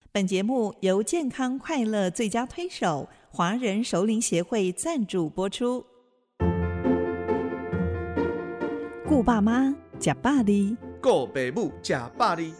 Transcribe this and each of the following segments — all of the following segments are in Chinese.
本节目由健康快乐最佳推手华人熟龄协会赞助播出。顾爸妈吃饱哩， 顾爸母吃饱哩。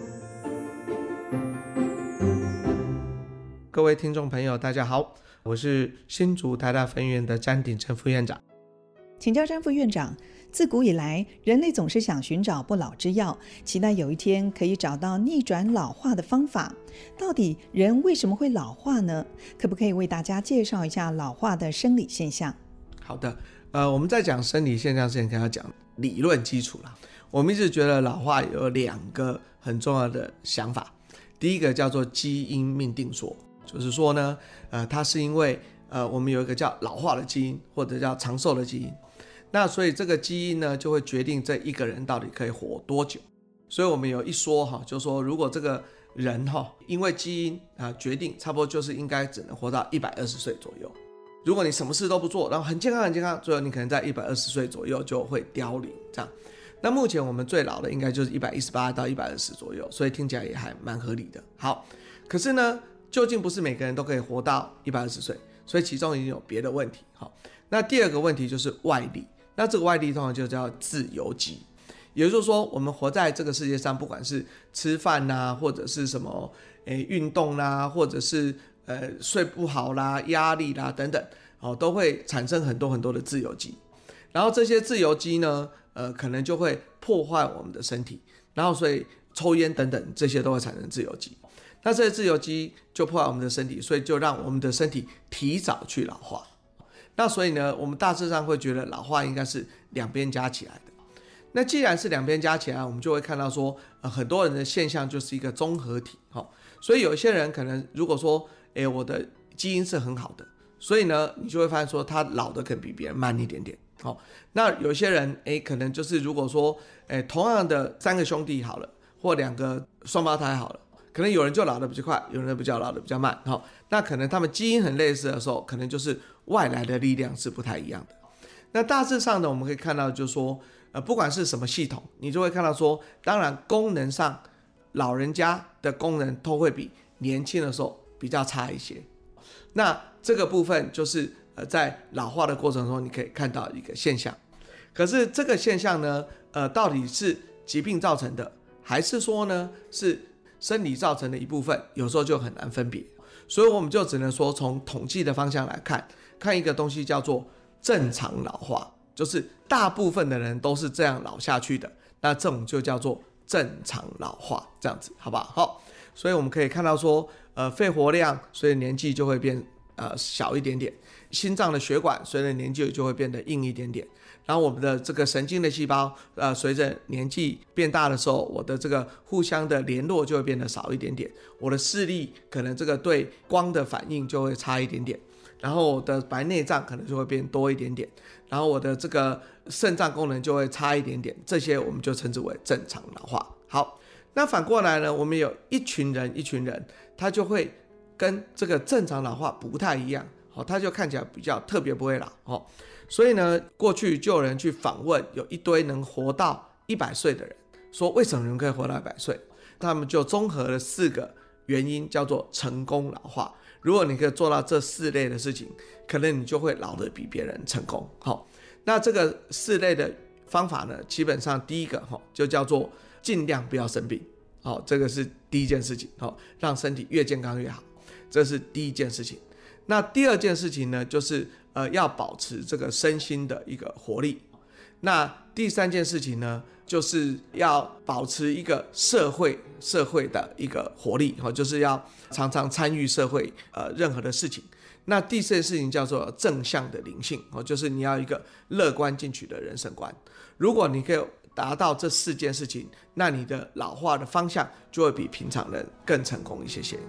各位听众朋友大家好，我是新竹台大分院的詹鼎正副院长。 请教詹副院长，自古以来人类总是想寻找不老之药，期待有一天可以找到逆转老化的方法。到底人为什么会老化呢？可不可以为大家介绍一下老化的生理现象？ 好的，我们在讲生理现象之前，跟他讲理论基础啦。我们一直觉得老化有两个很重要的想法，第一个叫做基因命定说，就是说呢，它是因为我们有一个叫老化的基因，或者叫长寿的基因。那所以这个基因呢，就会决定这一个人到底可以活多久。所以我们有一说就是说如果这个人因为基因决定差不多就是应该只能活到120岁左右。如果你什么事都不做，然后很健康很健康，最后你可能在120岁左右就会凋零这样。那目前我们最老的应该就是118到120左右，所以听起来也还蛮合理的。好，可是呢，究竟不是每个人都可以活到120岁，所以其中一定有别的问题。好，那第二个问题就是外力。那这个外力通常就叫自由基，也就是说我们活在这个世界上，不管是吃饭啦，或者是什么运动啦，或者是睡不好啦、压力啦等等，都会产生很多很多的自由基。然后这些自由基呢，可能就会破坏我们的身体，然后所以抽烟等等这些都会产生自由基。那这些自由基就破坏我们的身体，所以就让我们的身体提早去老化。那所以呢，我们大致上会觉得老化应该是两边加起来的。那既然是两边加起来，我们就会看到说，很多人的现象就是一个综合体。所以有一些人可能如果说，我的基因是很好的，所以呢，你就会发现说他老的可能比别人慢一点点。那有些人可能就是如果说，同样的3个兄弟好了，或2个双胞胎好了，可能有人就老得比较快，有人比较老得比较慢。那可能他们基因很类似的时候，可能就是外来的力量是不太一样的。那大致上呢，我们可以看到就是说，不管是什么系统，你就会看到说，当然功能上老人家的功能都会比年轻的时候比较差一些。那这个部分就是在老化的过程中你可以看到一个现象。可是这个现象呢，到底是疾病造成的，还是说呢是生理造成的一部分，有时候就很难分别。所以我们就只能说从统计的方向来看一个东西叫做正常老化，就是大部分的人都是这样老下去的，那这种就叫做正常老化，这样子好不好？好，所以我们可以看到说，肺活量随着年纪就会变小一点点，心脏的血管随着年纪就会变得硬一点点，然后我们的这个神经的细胞随着年纪变大的时候，我的这个互相的联络就会变得少一点点，我的视力可能这个对光的反应就会差一点点，然后我的白内障可能就会变多一点点，然后我的这个肾脏功能就会差一点点，这些我们就称之为正常老化。好，那反过来呢，我们有一群人他就会跟这个正常老化不太一样，他就看起来比较特别不会老。所以呢，过去就有人去访问有一堆能活到100岁的人，说为什么你们可以活到100岁？他们就综合了4个原因，叫做成功老化。如果你可以做到这4类的事情，可能你就会老得比别人成功。那这个4类的方法呢，基本上第一个就叫做尽量不要生病。这个是第一件事情，让身体越健康越好，这是第一件事情。那第二件事情呢，就是要保持这个身心的一个活力。那第三件事情呢，就是要保持一个社会的一个活力，就是要常常参与社会任何的事情。那第四件事情叫做正向的灵性，就是你要一个乐观进取的人生观。如果你可以达到这4件事情，那你的老化的方向就会比平常人更成功一些些。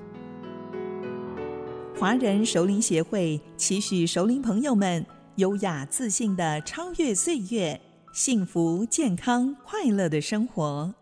华人熟龄协会期许熟龄朋友们优雅自信地超越岁月，幸福健康快乐的生活。